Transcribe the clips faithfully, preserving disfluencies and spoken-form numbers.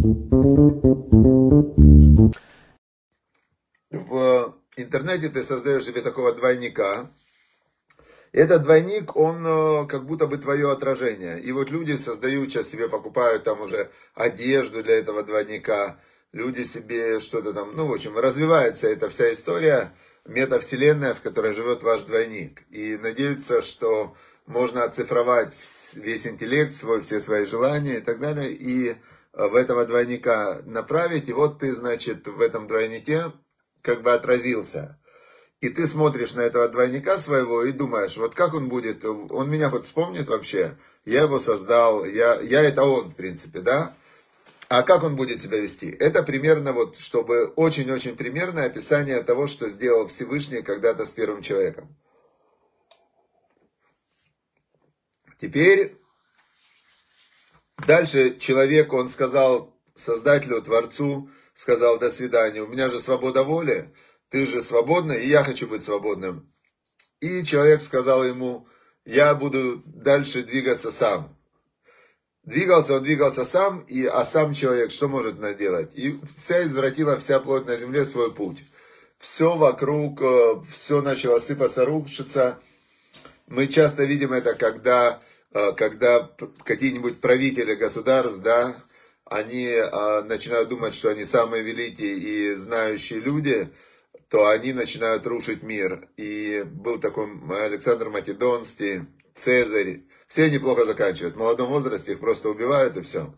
В интернете ты создаешь себе такого двойника. Этот двойник, он как будто бы твое отражение. И вот люди создают, сейчас себе покупают там уже одежду для этого двойника. Люди себе что-то там, ну в общем, развивается эта вся история, метавселенная, в которой живет ваш двойник. И надеются, что можно оцифровать весь интеллект свой, все свои желания и так далее. И в этого двойника направить. И вот ты, значит, в этом двойнике как бы отразился. И ты смотришь на этого двойника своего и думаешь, вот как он будет, он меня хоть вспомнит вообще, я его создал, я, я это он, в принципе, да? А как он будет себя вести? Это примерно вот, чтобы очень-очень примерное описание того, что сделал Всевышний когда-то с первым человеком. Теперь, дальше человек, он сказал Создателю, Творцу, сказал до свидания, у меня же свобода воли, ты же свободный, и я хочу быть свободным. И человек сказал ему, я буду дальше двигаться сам. Двигался он, двигался сам, и, а сам человек что может наделать? И вся извратила вся плоть на земле свой путь. Все вокруг, все начало сыпаться, рушиться. Мы часто видим это, когда, когда какие-нибудь правители государств, да, они начинают думать, что они самые великие и знающие люди, то они начинают рушить мир. И был такой Александр Македонский, Цезарь. Все они плохо заканчивают. В молодом возрасте их просто убивают и все.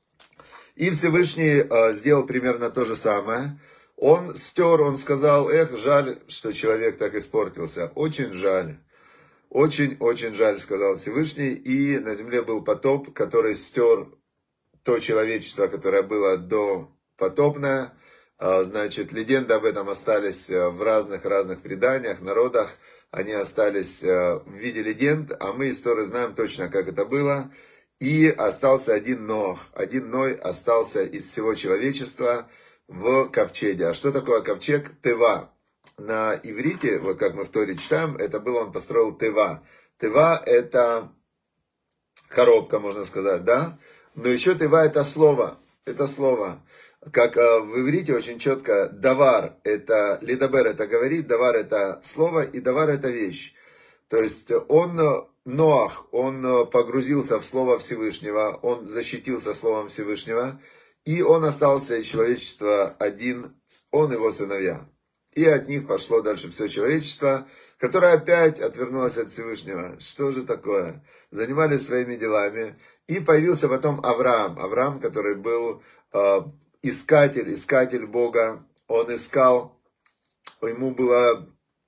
И Всевышний сделал примерно то же самое. Он стер, он сказал, эх, жаль, что человек так испортился. Очень жаль. Очень-очень жаль, сказал Всевышний. И на земле был потоп, который стер то человечество, которое было допотопное. Значит, легенды об этом остались в разных-разных преданиях, народах. Они остались в виде легенд, а мы, истории, знаем точно, как это было. И остался один Ноах. Один Ной остался из всего человечества в ковчеге. А что такое ковчег? Тева. На иврите, вот как мы в Торе читаем, это было, он построил Тева. Тева это коробка, можно сказать, да? Но еще Тева это слово. Это слово. Как в иврите очень четко, давар это, лидабер это говорит, давар это слово и давар это вещь. То есть он, Ноах, он погрузился в слово Всевышнего, он защитился словом Всевышнего, и он остался из человечества один, он и его сыновья. И от них пошло дальше все человечество, которое опять отвернулось от Всевышнего. Что же такое? Занимались своими делами. И появился потом Авраам. Авраам, который был э, искатель, искатель Бога. Он искал, ему было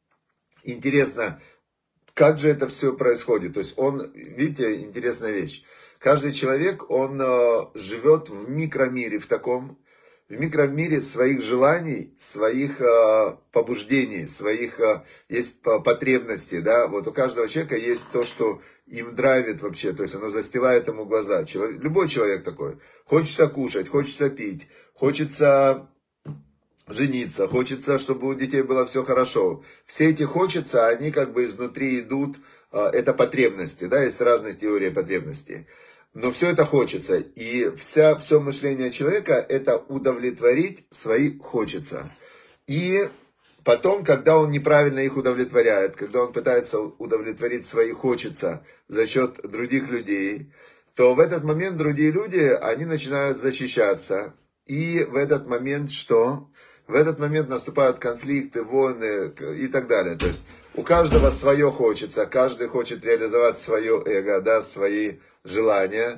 интересно, как же это все происходит. То есть он, видите, интересная вещь. Каждый человек, он э, живет в микромире, в таком, в микромире своих желаний, своих э, побуждений, своих э, есть потребностей, да, вот у каждого человека есть то, что им драйвит вообще, то есть оно застилает ему глаза. Человек, любой человек такой, хочется кушать, хочется пить, хочется жениться, хочется, чтобы у детей было все хорошо. Все эти хочется, они как бы изнутри идут, э, это потребности, да, есть разные теории потребностей. Но все это хочется. И вся, все мышление человека это удовлетворить свои хочется. И потом, когда он неправильно их удовлетворяет, когда он пытается удовлетворить свои хочется за счет других людей, то в этот момент другие люди, они начинают защищаться. И в этот момент что? В этот момент наступают конфликты, войны и так далее. То есть у каждого свое хочется, каждый хочет реализовать свое эго, да, свои желания.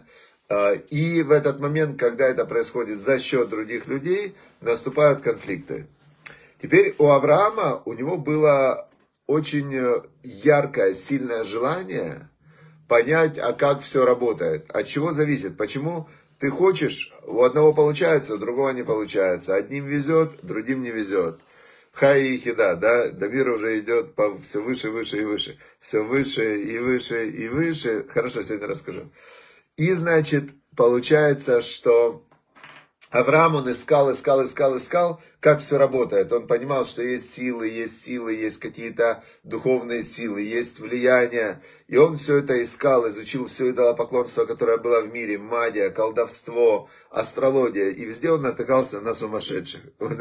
И в этот момент, когда это происходит за счет других людей, наступают конфликты. Теперь у Авраама, у него было очень яркое, сильное желание понять, а как все работает, от чего зависит, почему ты хочешь, у одного получается, у другого не получается, одним везет, другим не везет. Хай и хида, да, до мира уже идет по, все выше, выше и выше, все выше и выше и выше, хорошо, сегодня расскажу. И, значит, получается, что Авраам, он искал, искал, искал, искал, как все работает. Он понимал, что есть силы, есть силы, есть какие-то духовные силы, есть влияние. И он все это искал, изучил все идолопоклонство, которое было в мире, магия, колдовство, астрология. И везде он натыкался на сумасшедших.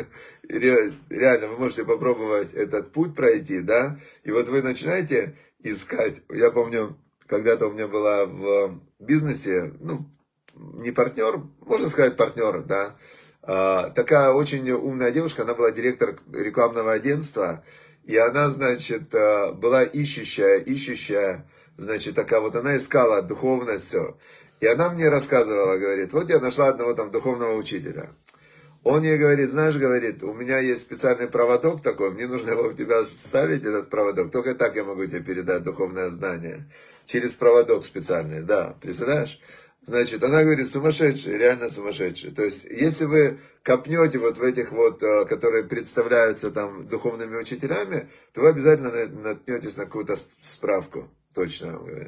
Реально, вы можете попробовать этот путь пройти, да? И вот вы начинаете искать. Я помню, когда-то у меня была в бизнесе, ну, не партнер, можно сказать партнер, да, а, такая очень умная девушка, она была директор рекламного агентства, и она, значит, была ищущая, ищущая, значит, такая вот, она искала духовность, все. И она мне рассказывала, говорит, вот я нашла одного там духовного учителя. Он ей говорит, знаешь, говорит, у меня есть специальный проводок такой, мне нужно его в тебя вставить, этот проводок, только так я могу тебе передать духовное знание. Через проводок специальный, да, представляешь? Значит, она говорит, сумасшедшие, реально сумасшедшие. То есть, если вы копнете вот в этих вот, которые представляются там духовными учителями, то вы обязательно наткнетесь на какую-то справку. Точно вам говорю.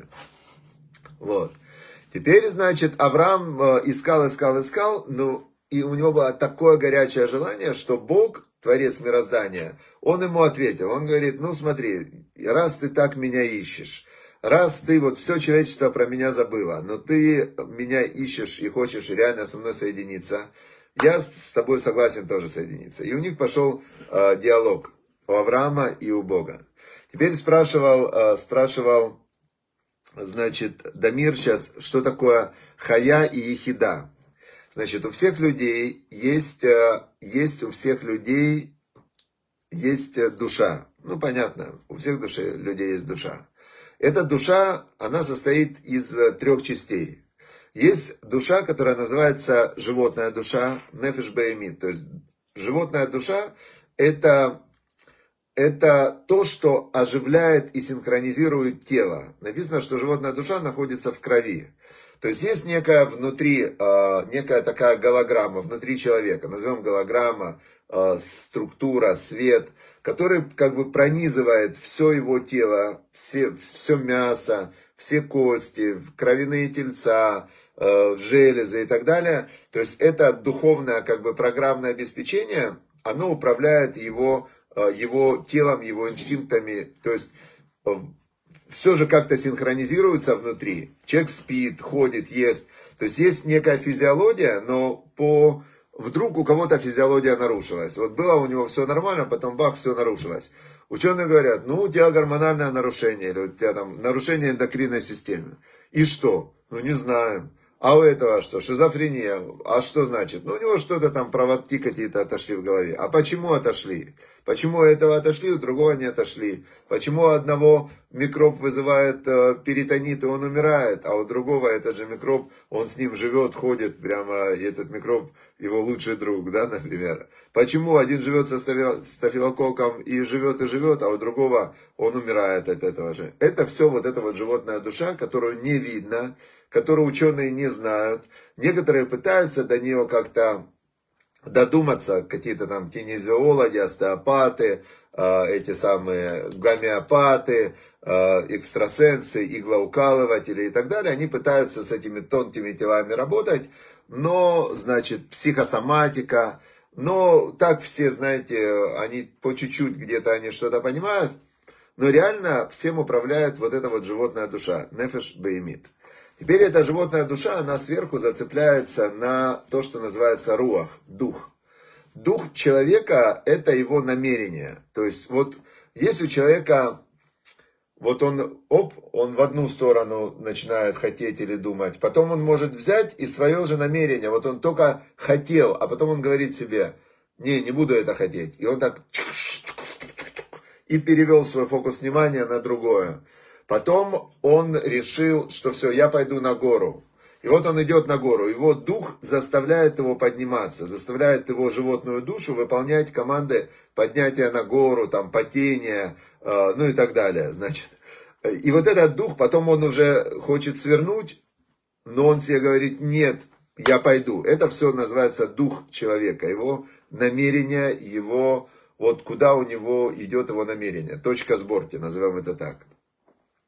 Вот. Теперь, значит, Авраам искал, искал, искал, ну, и у него было такое горячее желание, что Бог, Творец мироздания, он ему ответил. Он говорит, ну смотри, раз ты так меня ищешь, раз ты вот все человечество про меня забыло, но ты меня ищешь и хочешь реально со мной соединиться, я с тобой согласен тоже соединиться. И у них пошел э, диалог у Авраама и у Бога. Теперь спрашивал, э, спрашивал, значит, Дамир сейчас, что такое хая и ехида. Значит, у всех людей есть, э, есть у всех людей есть душа. Ну, понятно, у всех души, людей есть душа. Эта душа, она состоит из трех частей. Есть душа, которая называется животная душа, нефеш беемит. То есть животная душа это, это то, что оживляет и синхронизирует тело. Написано, что животная душа находится в крови. То есть есть некая внутри, некая такая голограмма внутри человека, назовем голограмма, структура, свет, который как бы пронизывает все его тело, все, все мясо, все кости, кровяные тельца, железы и так далее. То есть это духовное как бы программное обеспечение, оно управляет его, его телом, его инстинктами, то есть все же как-то синхронизируется внутри. Человек спит, ходит, ест. То есть есть некая физиология, но по... вдруг у кого-то физиология нарушилась. Вот было у него все нормально, потом бах, все нарушилось. Ученые говорят, ну у тебя гормональное нарушение, или у тебя там нарушение эндокринной системы. И что? Ну не знаем. А у этого что? Шизофрения. А что значит? Ну у него что-то там, проводки какие-то отошли в голове. А почему отошли? Почему у этого отошли, у другого не отошли? Почему у одного микроб вызывает э, перитонит, и он умирает, а у другого этот же микроб, он с ним живет, ходит, прямо, и этот микроб его лучший друг, да, например? Почему один живет со стафилококком и живет и живет, а у другого он умирает от этого же? Это все вот эта вот животная душа, которую не видно, которую ученые не знают. Некоторые пытаются до нее как-то додуматься, какие-то там кинезиологи, остеопаты, э, эти самые гомеопаты, э, экстрасенсы, иглоукалыватели и так далее. Они пытаются с этими тонкими телами работать, но, значит, психосоматика, но так все, знаете, они по чуть-чуть где-то они что-то понимают, но реально всем управляет вот эта вот животная душа, нефеш беемит. Теперь эта животная душа, она сверху зацепляется на то, что называется руах, дух. Дух человека – это его намерение. То есть вот есть у человека, вот он, оп, он в одну сторону начинает хотеть или думать, потом он может взять и свое же намерение, вот он только хотел, а потом он говорит себе, не, не буду это хотеть. И он так и перевел свой фокус внимания на другое. Потом он решил, что все, я пойду на гору. И вот он идет на гору. Его дух заставляет его подниматься, заставляет его животную душу выполнять команды поднятия на гору, там, потения, э, ну и так далее. Значит. И вот этот дух, потом он уже хочет свернуть, но он себе говорит, нет, я пойду. Это все называется дух человека, его намерение, его, вот куда у него идет его намерение. Точка сборки, назовем это так.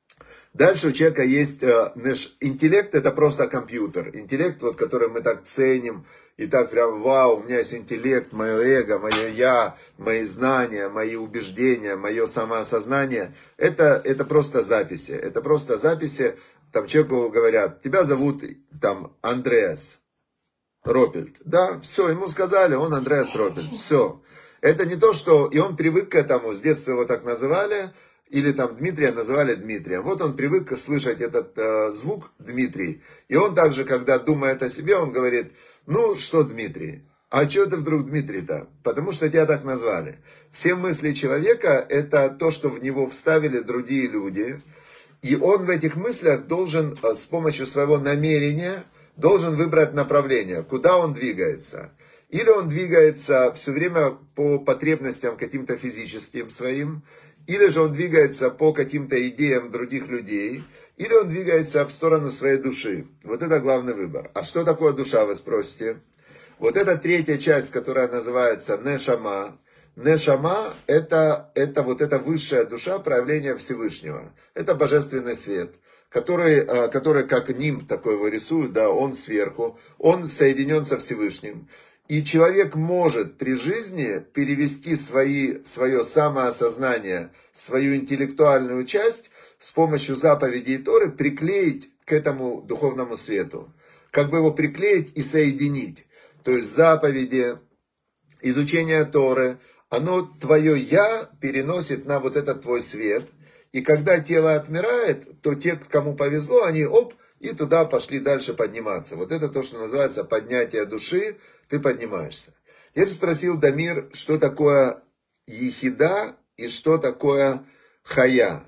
Дальше у человека есть э, наш интеллект, это просто компьютер. Интеллект, вот, который мы так ценим, и так прям, вау, у меня есть интеллект, мое эго, мое я, мои знания, мои убеждения, мое самоосознание. Это, это просто записи. Это просто записи, там человеку говорят, тебя зовут там Андреас Роппельт. Да, все, ему сказали, он Андреас Роппельт. Все. Это не то, что... И он привык к этому, с детства его так называли, или там Дмитрия называли Дмитрием. Вот он привык слышать этот э, звук Дмитрий. И он также, когда думает о себе, он говорит, ну что Дмитрий? А что ты вдруг Дмитрий-то? Потому что тебя так назвали. Все мысли человека это то, что в него вставили другие люди. И он в этих мыслях должен с помощью своего намерения, должен выбрать направление, куда он двигается. Или он двигается все время по потребностям каким-то физическим своим, или же он двигается по каким-то идеям других людей, или он двигается в сторону своей души. Вот это главный выбор. А что такое душа, вы спросите? Вот эта третья часть, которая называется нешама. Нешама это, это вот эта высшая душа, проявление Всевышнего. Это божественный свет, который, который как нимб такой его рисуют, да, он сверху, он соединен со Всевышним. И человек может при жизни перевести свои, свое самоосознание, свою интеллектуальную часть с помощью заповедей Торы приклеить к этому духовному свету. Как бы его приклеить и соединить. То есть заповеди, изучение Торы, оно твое «я» переносит на вот этот твой свет. И когда тело отмирает, то те, кому повезло, они оп, и туда пошли дальше подниматься. Вот это то, что называется поднятие души, ты поднимаешься. Я же спросил Дамир, что такое ехида и что такое хая.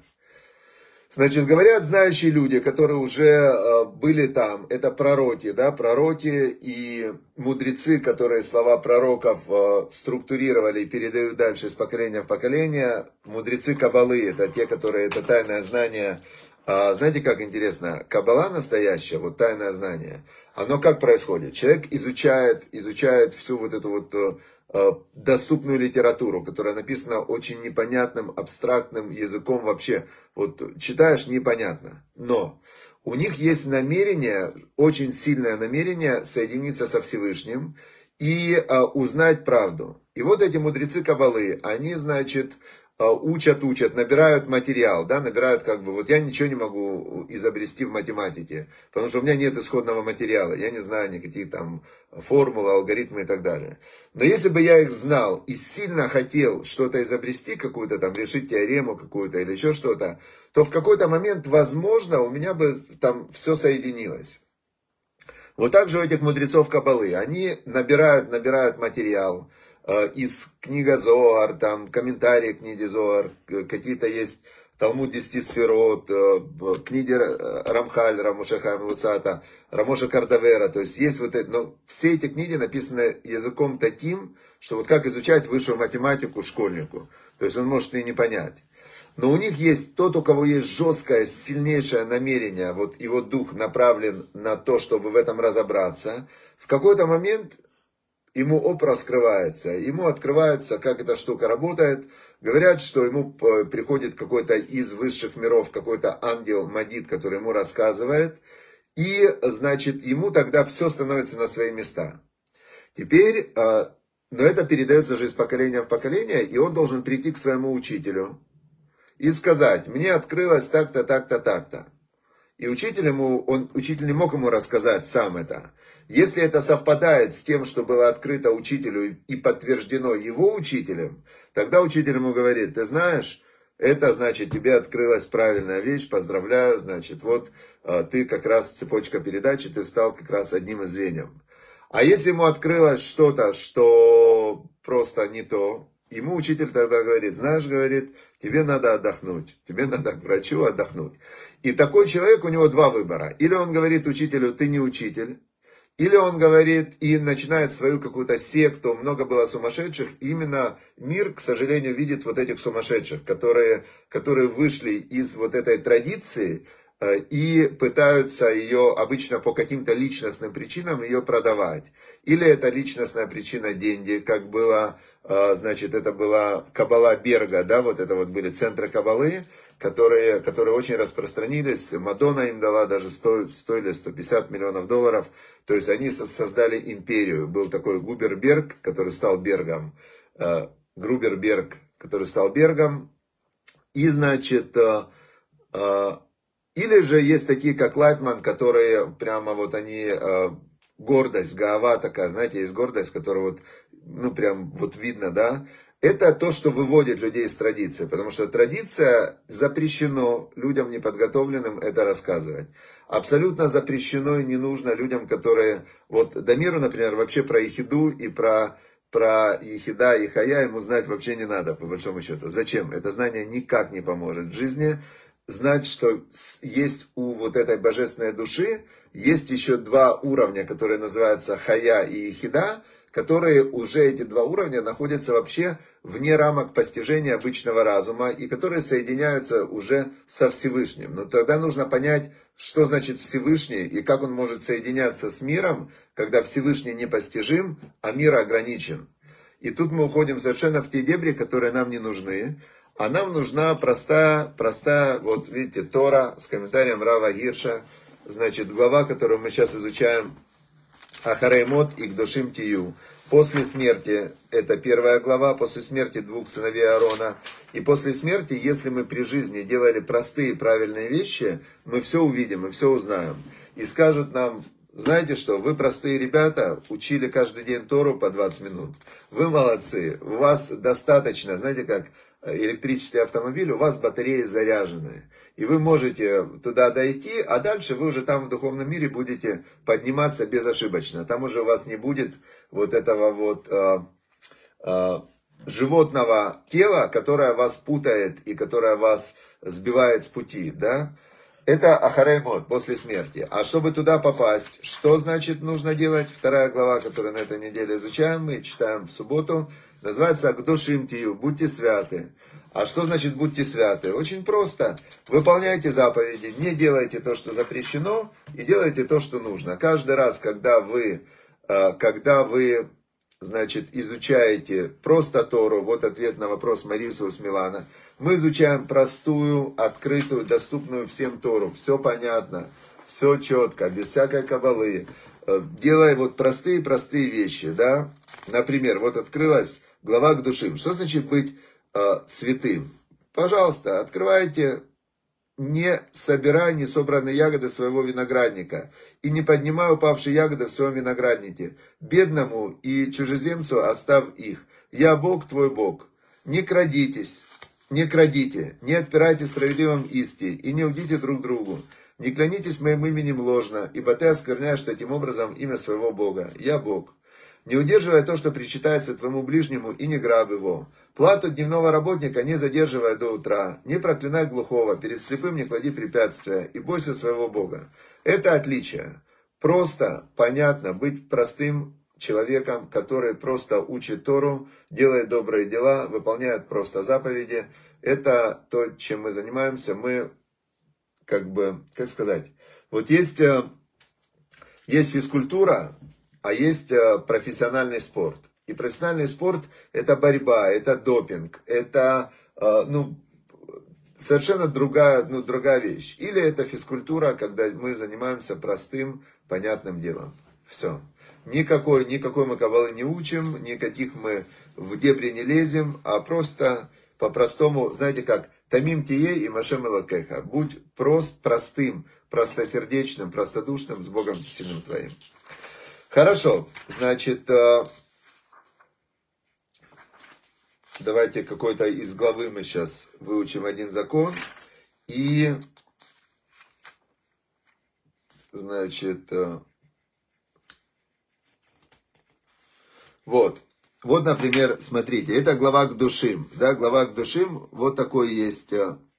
Значит, говорят знающие люди, которые уже были там, это пророки, да, пророки и мудрецы, которые слова пророков структурировали и передают дальше из поколения в поколение. Мудрецы Каббалы, это те, которые, это тайное знание. Знаете, как интересно, Каббала настоящая, вот тайное знание, оно как происходит? Человек изучает, изучает всю вот эту вот доступную литературу, которая написана очень непонятным, абстрактным языком вообще. Вот читаешь непонятно. Но у них есть намерение, очень сильное намерение соединиться со Всевышним и а, узнать правду. И вот эти мудрецы Каббалы, они, значит, учат, учат, набирают материал, да, набирают как бы, вот я ничего не могу изобрести в математике, потому что у меня нет исходного материала, я не знаю никаких там формул, алгоритмы и так далее. Но если бы я их знал и сильно хотел что-то изобрести, какую-то там, решить теорему какую-то или еще что-то, то в какой-то момент, возможно, у меня бы там все соединилось. Вот так же у этих мудрецов Каббалы, они набирают, набирают материал, из книги Зоар, там комментарии к книге Зоар, какие-то есть Талмуд десяти сферот, книги Рамхаль, Рамоша Хаим Луцата, Рамоша Кардавера, то есть есть вот это, но все эти книги написаны языком таким, что вот как изучать высшую математику школьнику, то есть он может и не понять. Но у них есть тот, у кого есть жесткое, сильнейшее намерение, вот его дух направлен на то, чтобы в этом разобраться, в какой-то момент ему оп раскрывается, ему открывается, как эта штука работает. Говорят, что ему приходит какой-то из высших миров, какой-то ангел Мадид, который ему рассказывает. И, значит, ему тогда все становится на свои места. Теперь, но это передается же из поколения в поколение, и он должен прийти к своему учителю и сказать, мне открылось так-то, так-то, так-то. И учитель, ему, он, учитель не мог ему рассказать сам это. Если это совпадает с тем, что было открыто учителю и подтверждено его учителем, тогда учитель ему говорит, ты знаешь, это значит, тебе открылась правильная вещь, поздравляю, значит, вот ты как раз цепочка передачи, ты стал как раз одним из звеньев. А если ему открылось что-то, что просто не то, ему учитель тогда говорит, знаешь, говорит, тебе надо отдохнуть, тебе надо к врачу отдохнуть. И такой человек, у него два выбора. Или он говорит учителю, ты не учитель. Или он говорит и начинает свою какую-то секту. Много было сумасшедших. И именно мир, к сожалению, видит вот этих сумасшедших, которые, которые вышли из вот этой традиции и пытаются ее обычно по каким-то личностным причинам ее продавать. Или это личностная причина деньги, как было, значит, это была Каббала Берга, да, вот это вот были центры Каббалы. которые, которые очень распространились. Мадонна им дала даже сто, сто или сто пятьдесят миллионов долларов. То есть они создали империю. Был такой Губерберг, который стал Бергом. Груберберг, который стал Бергом. И, значит, или же есть такие, как Лайтман, которые прямо вот они, гордость, гаава такая, знаете, есть гордость, которая вот, ну, прям вот видно, да. Это то, что выводит людей из традиции, потому что традиция запрещено людям неподготовленным это рассказывать. Абсолютно запрещено и не нужно людям, которые, вот Дамиру, например, вообще про Ехиду и про, про Ехида и Хая ему знать вообще не надо, по большому счету. Зачем? Это знание никак не поможет в жизни. Знать, что есть у вот этой божественной души, есть еще два уровня, которые называются Хая и Ехида, которые уже эти два уровня находятся вообще вне рамок постижения обычного разума и которые соединяются уже со Всевышним. Но тогда нужно понять, что значит Всевышний и как он может соединяться с миром, когда Всевышний непостижим, а мир ограничен. И тут мы уходим совершенно в те дебри, которые нам не нужны. А нам нужна простая, простая, вот видите, Тора с комментарием Рава Гирша, значит, глава, которую мы сейчас изучаем, Ахарей мот и Кдошим тию. После смерти, это первая глава, после смерти двух сыновей Аарона. И после смерти, если мы при жизни делали простые правильные вещи, мы все увидим и все узнаем. И скажут нам, знаете что, вы простые ребята, учили каждый день Тору по двадцать минут. Вы молодцы, у вас достаточно, знаете как, электрический автомобиль, у вас батареи заряжены. И вы можете туда дойти, а дальше вы уже там в духовном мире будете подниматься безошибочно. Там уже у вас не будет вот этого вот э, э, животного тела, которое вас путает и которое вас сбивает с пути, да? Это Ахарей мот, после смерти. А чтобы туда попасть, что значит нужно делать? Вторая глава, которую на этой неделе изучаем, мы читаем в субботу, называется Кдошим тию, будьте святы. А что значит будьте святы? Очень просто. Выполняйте заповеди, не делайте то, что запрещено, и делайте то, что нужно. Каждый раз, когда вы, когда вы значит, изучаете просто Тору, вот ответ на вопрос Марису из Милана, мы изучаем простую, открытую, доступную всем Тору. Все понятно, все четко, без всякой кабалы. Делая вот простые-простые вещи, да. Например, вот открылась глава Кдушим. Что значит быть э, святым? Пожалуйста, открывайте, не собирай несобранные ягоды своего виноградника и не поднимай упавшие ягоды в своем винограднике. Бедному и чужеземцу оставь их. Я Бог твой Бог. Не крадитесь, не крадите, не отпирайте справедливым исти и не лгите друг другу. Не клянитесь моим именем ложно, ибо ты оскверняешь таким образом имя своего Бога. Я Бог. Не удерживай то, что причитается твоему ближнему, и не грабь его. Плату дневного работника не задерживай до утра. Не проклинай глухого, перед слепым не клади препятствия, и бойся своего Бога. Это отличие. Просто, понятно, быть простым человеком, который просто учит Тору, делает добрые дела, выполняет просто заповеди. Это то, чем мы занимаемся. Мы, как бы, как сказать, вот есть, есть физкультура, а есть профессиональный спорт. И профессиональный спорт это борьба, это допинг, это ну, совершенно другая, ну, другая вещь. Или это физкультура, когда мы занимаемся простым, понятным делом. Все. Никакой, никакой мы кабалы не учим, никаких мы в дебри не лезем, а просто по-простому, знаете как, тамим тие и машем элокеха. Будь прост, простым, простосердечным, простодушным с Богом всесильным твоим. Хорошо, значит, давайте какой-то из главы мы сейчас выучим один закон. И, значит, вот. Вот, например, смотрите, это глава Кдушим. Да, глава Кдушим, вот такой есть...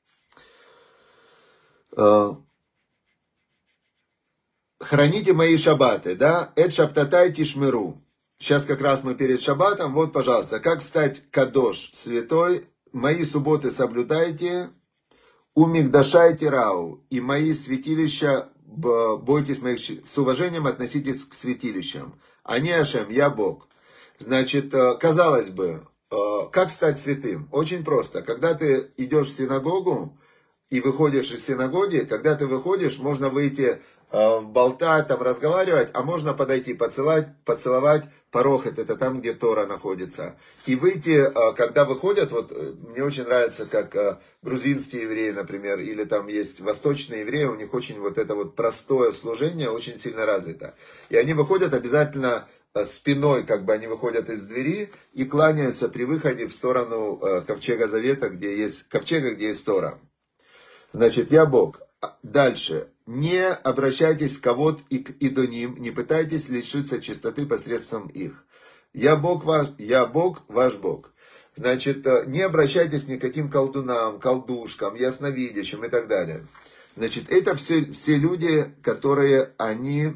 Храните мои шаббаты, да, эт шаптатай тишмеру. Сейчас как раз мы перед шаббатом, вот, пожалуйста, как стать кадош, святой, мои субботы соблюдайте, умигдашайте рау, и мои святилища, бойтесь моих, с уважением относитесь к святилищам. Они Ашем, я Бог. Значит, казалось бы, как стать святым? Очень просто. Когда ты идешь в синагогу, и выходишь из синагоги, когда ты выходишь, можно выйти э, болтать, там разговаривать, а можно подойти, поцеловать, поцеловать парохет, это там, где Тора находится. И выйти, э, когда выходят, вот э, мне очень нравится, как э, грузинские евреи, например, или там есть восточные евреи, у них очень вот это вот простое служение очень сильно развито. И они выходят обязательно э, спиной, как бы они выходят из двери и кланяются при выходе в сторону э, ковчега завета, где есть ковчега, где есть Тора. Значит, я Бог. Дальше. Не обращайтесь к кавод и к идоним, не пытайтесь лишиться чистоты посредством их. Я Бог ваш, я Бог, ваш Бог. Значит, не обращайтесь ни к каким колдунам, колдушкам, ясновидящим и так далее. Значит, это все, все люди, которые, они,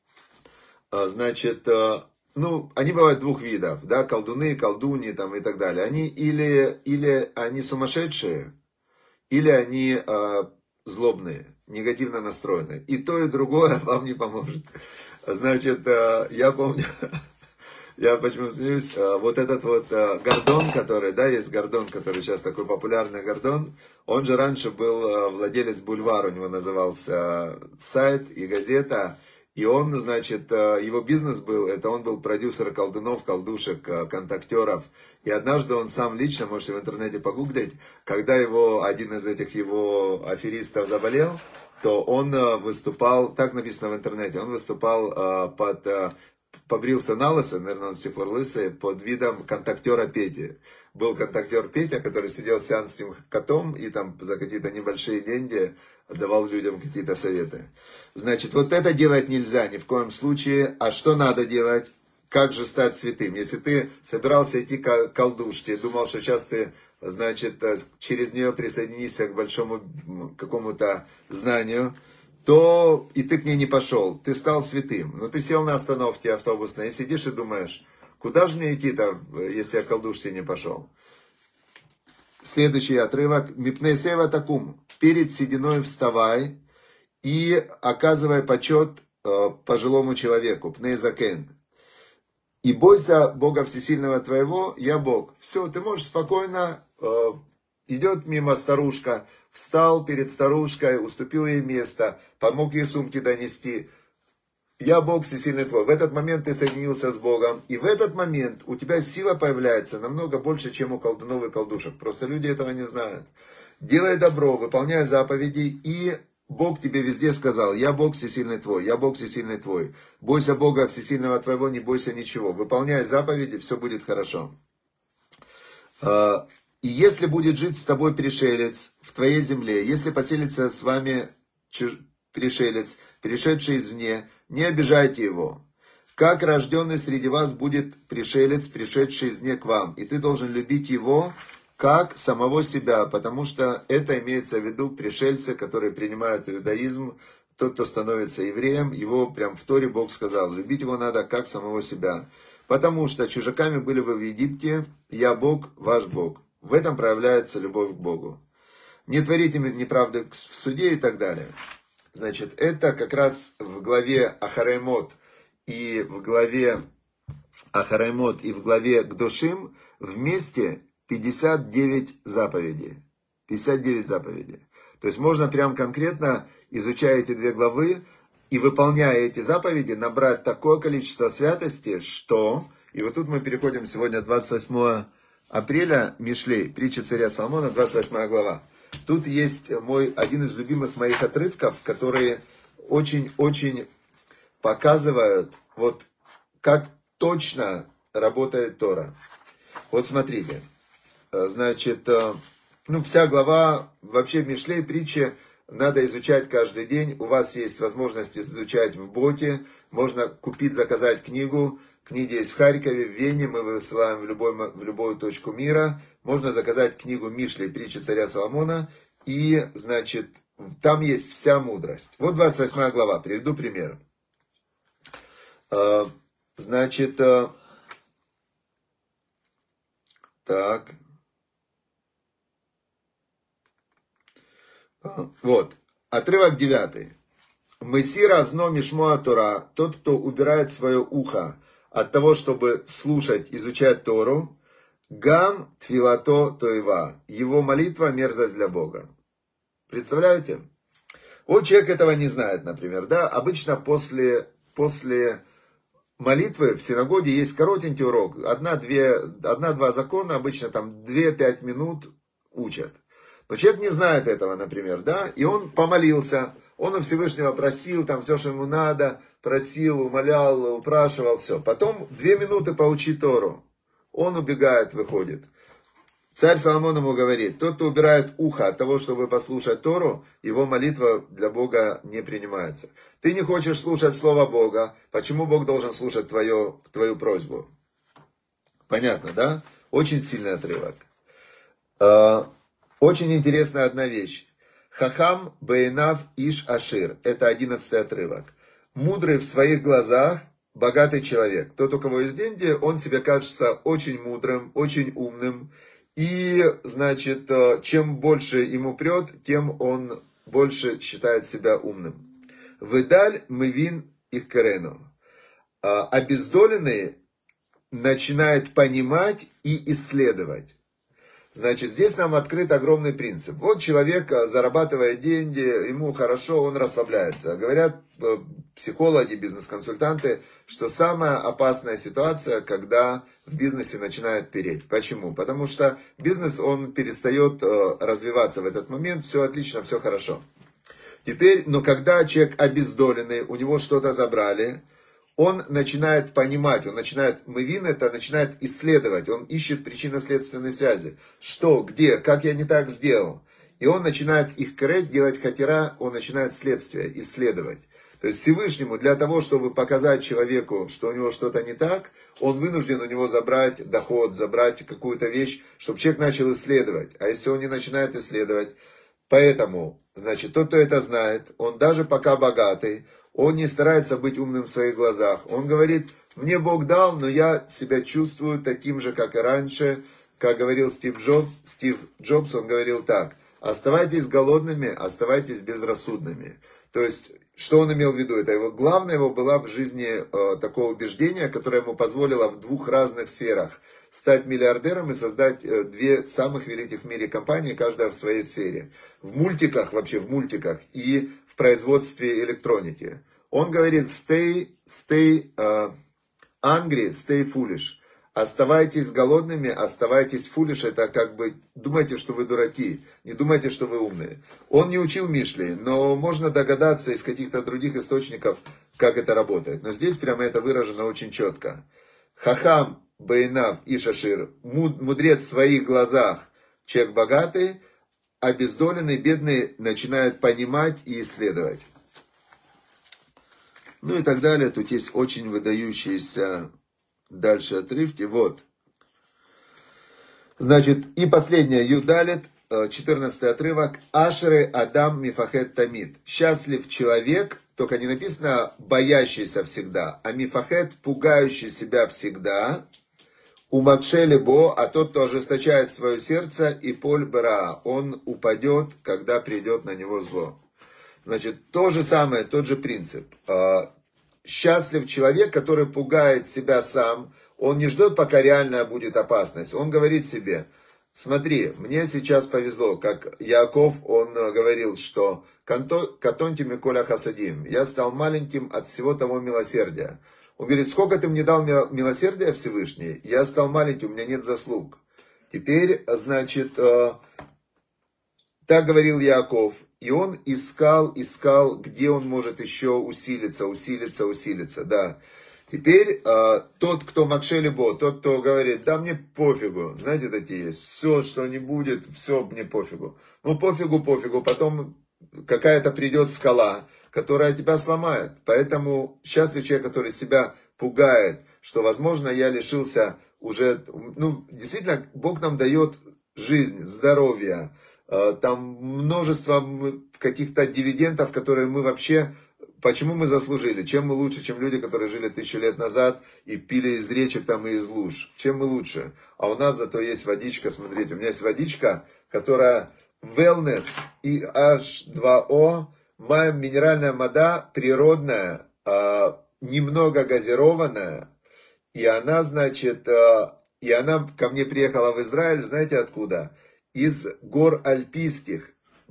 значит, ну, они бывают двух видов, да, колдуны, колдуньи там и так далее. Они или, или они сумасшедшие, или они э, злобные, негативно настроенные. И то, и другое вам не поможет. Значит, э, я помню, я почему смеюсь, э, вот этот вот э, Гордон, который, да, есть Гордон, который сейчас такой популярный Гордон, он же раньше был э, владелец Бульвара, у него назывался э, сайт и газета. И он, значит, его бизнес был, это он был продюсер колдунов, колдушек, контактеров. И однажды он сам лично, можете в интернете погуглить, когда его, один из этих его аферистов заболел, то он выступал, так написано в интернете, он выступал под, побрился на лысо, наверное, он с тех пор лысый, под видом контактера Пети. Был контактер Петя, который сидел с сиамским котом и там за какие-то небольшие деньги давал людям какие-то советы. Значит, вот это делать нельзя ни в коем случае. А что надо делать? Как же стать святым? Если ты собирался идти к колдушке, думал, что сейчас ты, значит, через нее присоединишься к большому какому-то знанию, то и ты к ней не пошел. Ты стал святым. Но ты сел на остановке автобусной и сидишь и думаешь, куда же мне идти-то, если я к колдушке не пошел? Следующий отрывок. Мипней сева такум. Перед сединой вставай и оказывай почет э, пожилому человеку. Пней закен. И бойся Бога Всесильного твоего, я Бог. Все, ты можешь спокойно, э, идет мимо старушка, встал перед старушкой, уступил ей место, помог ей сумки донести. Я Бог Всесильный твой. В этот момент ты соединился с Богом. И в этот момент у тебя сила появляется намного больше, чем у колдунов и колдушек. Просто люди этого не знают. Делай добро, выполняй заповеди, и Бог тебе везде сказал, я Бог Всесильный твой, я Бог Всесильный твой. Бойся Бога Всесильного твоего, не бойся ничего. Выполняй заповеди, все будет хорошо. И если будет жить с тобой пришелец в твоей земле, если поселится с вами пришелец, пришедший извне, не обижайте его. Как рожденный среди вас будет пришелец, пришедший извне к вам, и ты должен любить его, как самого себя, потому что это имеется в виду пришельцы, которые принимают иудаизм, тот, кто становится евреем, его прям в Торе Бог сказал, любить его надо как самого себя, потому что чужаками были вы в Египте, я Бог, ваш Бог. В этом проявляется любовь к Богу. Не творите неправды в суде и так далее. Значит, это как раз в главе Ахараймот и в главе Ахараймот и в главе Гдошим вместе пятьдесят девять заповедей. пятьдесят девять заповедей. То есть можно прям конкретно, изучая эти две главы и выполняя эти заповеди, набрать такое количество святости, что... И вот тут мы переходим сегодня двадцать восьмого апреля, Мишлей, притча царя Соломона, двадцать восьмая глава. Тут есть мой, один из любимых моих отрывков, которые очень-очень показывают, вот как точно работает Тора. Вот смотрите. Значит, ну, вся глава, вообще Мишлей, притчи, надо изучать каждый день. У вас есть возможность изучать в боте. Можно купить, заказать книгу. Книги есть в Харькове, в Вене. Мы высылаем в, любой, в любую точку мира. Можно заказать книгу Мишлей, притчи царя Соломона. И, значит, там есть вся мудрость. Вот двадцать восьмая глава. Приведу пример. Значит, так... Вот, отрывок девятый. Месир азно мишмоа Тора, тот, кто убирает свое ухо от того, чтобы слушать, изучать Тору, гам тфилато тоева, его молитва мерзость для Бога. Представляете? Вот человек этого не знает, например, да, обычно после, после молитвы в синагоге есть коротенький урок, одна-две, одна-два закона, обычно там две-пять минут учат. Но человек не знает этого, например, да, и он помолился, он у Всевышнего просил, там все, что ему надо, просил, умолял, упрашивал, все. Потом две минуты поучи Тору, он убегает, выходит. Царь Соломон ему говорит, тот, кто убирает ухо от того, чтобы послушать Тору, его молитва для Бога не принимается. Ты не хочешь слушать Слово Бога, почему Бог должен слушать твою, твою просьбу? Понятно, да? Очень сильный отрывок. Очень интересная одна вещь. Хахам бейнав иш ашир. Это одиннадцатый отрывок. Мудрый в своих глазах, богатый человек. Тот, у кого есть деньги, он себе кажется очень мудрым, очень умным. И, значит, чем больше ему прет, тем он больше считает себя умным. Выдаль мывин их керену. Обездоленный начинает понимать и исследовать. Значит, здесь нам открыт огромный принцип. Вот человек зарабатывает деньги, ему хорошо, он расслабляется. Говорят психологи, бизнес-консультанты, что самая опасная ситуация, когда в бизнесе начинают переть. Почему? Потому что бизнес, он перестает развиваться в этот момент, все отлично, все хорошо. Теперь, но когда человек обездоленный, у него что-то забрали, он начинает понимать, он начинает, мывин это, начинает исследовать, он ищет причинно-следственные связи. Что, где, как я не так сделал. И он начинает их коррект, делать хатира, он начинает следствие, исследовать. То есть Всевышнему для того, чтобы показать человеку, что у него что-то не так, он вынужден у него забрать доход, забрать какую-то вещь, чтобы человек начал исследовать. А если он не начинает исследовать, поэтому, значит, тот, кто это знает, он даже пока богатый, он не старается быть умным в своих глазах. Он говорит, мне Бог дал, но я себя чувствую таким же, как и раньше. Как говорил Стив Джобс, Стив Джобс, он говорил так, оставайтесь голодными, оставайтесь безрассудными. То есть, что он имел в виду? Это его, главное его было в жизни э, такое убеждение, которое ему позволило в двух разных сферах стать миллиардером и создать э, две самых великих в мире компании, каждая в своей сфере. В мультиках, вообще в мультиках и в производстве электроники. Он говорит, stay, stay uh, angry, stay foolish. Оставайтесь голодными, оставайтесь foolish. Это как бы, думайте, что вы дураки, не думайте, что вы умные. Он не учил Мишли, но можно догадаться из каких-то других источников, как это работает. Но здесь прямо это выражено очень четко. Хахам бейнав и шашир, мудрец в своих глазах, человек богатый, обездоленный, бедный начинает понимать и исследовать. Ну и так далее. Тут есть очень выдающиеся дальше отрывки. Вот. Значит, и последнее. Юдалит, четырнадцатый отрывок. Ашеры Адам Мифахет Тамид. Счастлив человек, только не написано боящийся всегда, а Мифахет пугающий себя всегда. Умакшели бо, а тот, кто ожесточает свое сердце, и поль бра, он упадет, когда придет на него зло. Значит, то же самое, тот же принцип. Счастлив человек, который пугает себя сам, он не ждет, пока реальная будет опасность. Он говорит себе, смотри, мне сейчас повезло, как Яаков, он говорил, что «Катонти миколя хасадим», я стал маленьким от всего того милосердия. Он говорит, сколько ты мне дал милосердия Всевышний, я стал маленьким, у меня нет заслуг. Теперь, значит, так говорил Яаков, и он искал, искал, где он может еще усилиться, усилиться, усилиться, да. Теперь тот, кто Макшелебо, тот, кто говорит, да мне пофигу, знаете, такие есть, все, что не будет, все мне пофигу. Ну пофигу, пофигу, потом какая-то придет скала, которая тебя сломает. Поэтому счастлив человек, который себя пугает, что, возможно, я лишился уже... Ну, действительно, Бог нам дает жизнь, здоровье, там множество каких-то дивидендов, которые мы вообще... Почему мы заслужили? Чем мы лучше, чем люди, которые жили тысячу лет назад и пили из речек там и из луж? Чем мы лучше? А у нас зато есть водичка, смотрите, у меня есть водичка, которая wellness и эйч два о, моя минеральная вода природная, немного газированная, и она, значит, и она ко мне приехала в Израиль, знаете откуда? Из гор альпийских.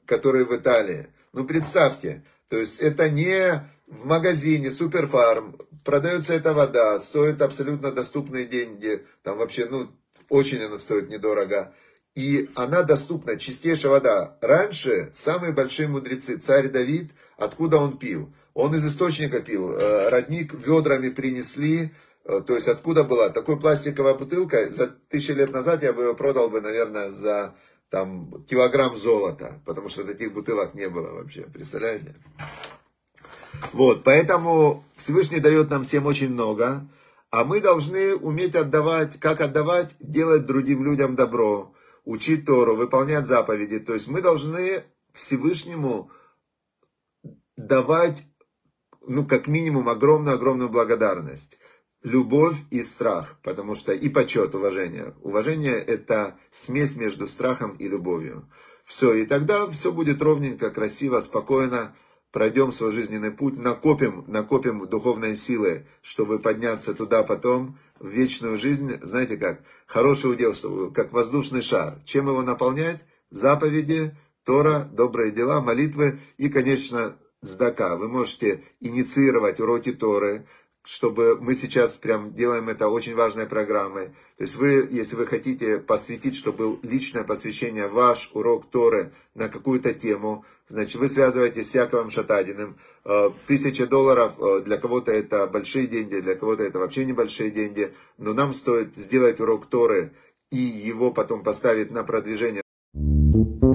который в Италии. Ну, представьте, то есть это не в магазине Суперфарм, продается эта вода, стоит абсолютно доступные деньги, там вообще, ну, очень она стоит недорого. И она доступна, чистейшая вода. Раньше самые большие мудрецы, царь Давид, откуда он пил? Он из источника пил, родник ведрами принесли, то есть откуда была? Такой пластиковая бутылка, за тысячу лет назад я бы ее продал бы, наверное, за там, килограмм золота, потому что таких бутылок не было вообще, представляете? Вот, поэтому Всевышний дает нам всем очень много, а мы должны уметь отдавать, как отдавать, делать другим людям добро, учить Тору, выполнять заповеди. То есть мы должны Всевышнему давать, ну, как минимум, огромную-огромную благодарность. Любовь и страх, потому что и почет, уважение. Уважение – это смесь между страхом и любовью. Все, и тогда все будет ровненько, красиво, спокойно. Пройдем свой жизненный путь, накопим, накопим духовные силы, чтобы подняться туда потом, в вечную жизнь. Знаете как? Хороший удел, чтобы, как воздушный шар. Чем его наполнять? Заповеди, Тора, добрые дела, молитвы и, конечно, цдака. Вы можете инициировать уроки Торы, чтобы мы сейчас прям делаем это очень важной программой. То есть вы, если вы хотите посвятить, чтобы был личное посвящение, ваш урок Торы на какую-то тему, значит, вы связываетесь с Яковом Шатадиным. Тысяча долларов, для кого-то это большие деньги, для кого-то это вообще небольшие деньги. Но нам стоит сделать урок Торы и его потом поставить на продвижение.